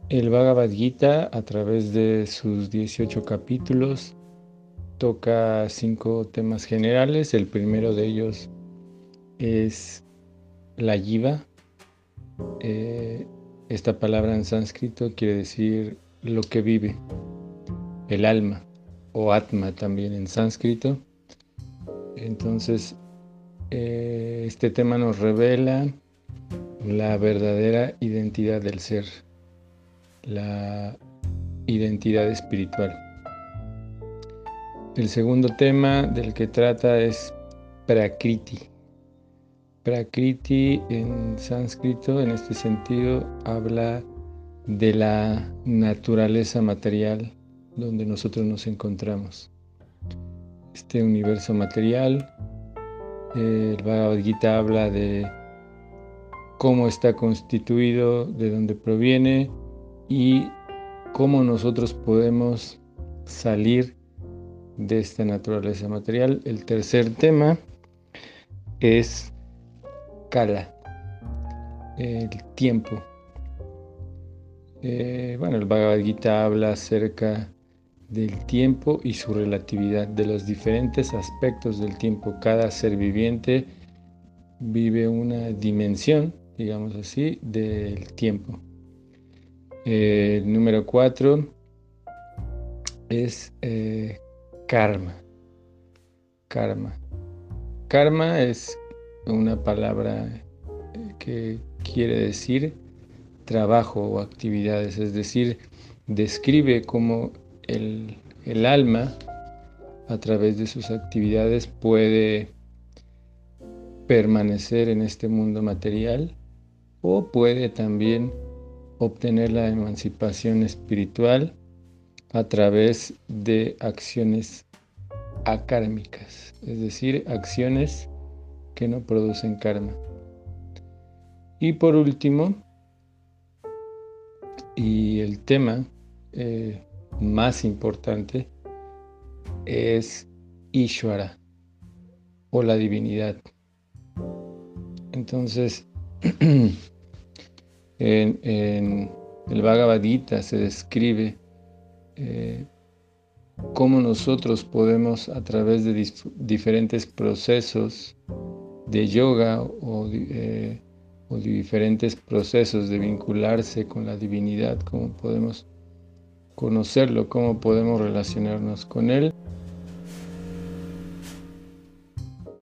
El Bhagavad Gita, a través de sus 18 capítulos, toca 5 temas generales. El primero de ellos es la jiva. Esta palabra en sánscrito quiere decir lo que vive, el alma, o atma también en sánscrito. Entonces, este tema nos revela la verdadera identidad del ser, la identidad espiritual. El segundo tema del que trata es Prakriti. Prakriti en sánscrito, en este sentido, habla de la naturaleza material donde nosotros nos encontramos. Este universo material, el Bhagavad Gita habla de cómo está constituido, de dónde proviene y cómo nosotros podemos salir de esta naturaleza material. El tercer tema es Kala, el tiempo. El Bhagavad Gita habla acerca del tiempo y su relatividad, de los diferentes aspectos del tiempo. Cada ser viviente vive una dimensión, digamos así, del tiempo. El número 4 es karma. Karma es una palabra que quiere decir trabajo o actividades, es decir, describe cómo el alma, a través de sus actividades, puede permanecer en este mundo material o puede también obtener la emancipación espiritual a través de acciones akármicas, es decir, acciones que no producen karma. Y por último, y el tema más importante, es Ishvara o la divinidad. Entonces, en el Bhagavad Gita se describe cómo nosotros podemos, a través de diferentes procesos de yoga o de diferentes procesos de vincularse con la divinidad, cómo podemos conocerlo, cómo podemos relacionarnos con él.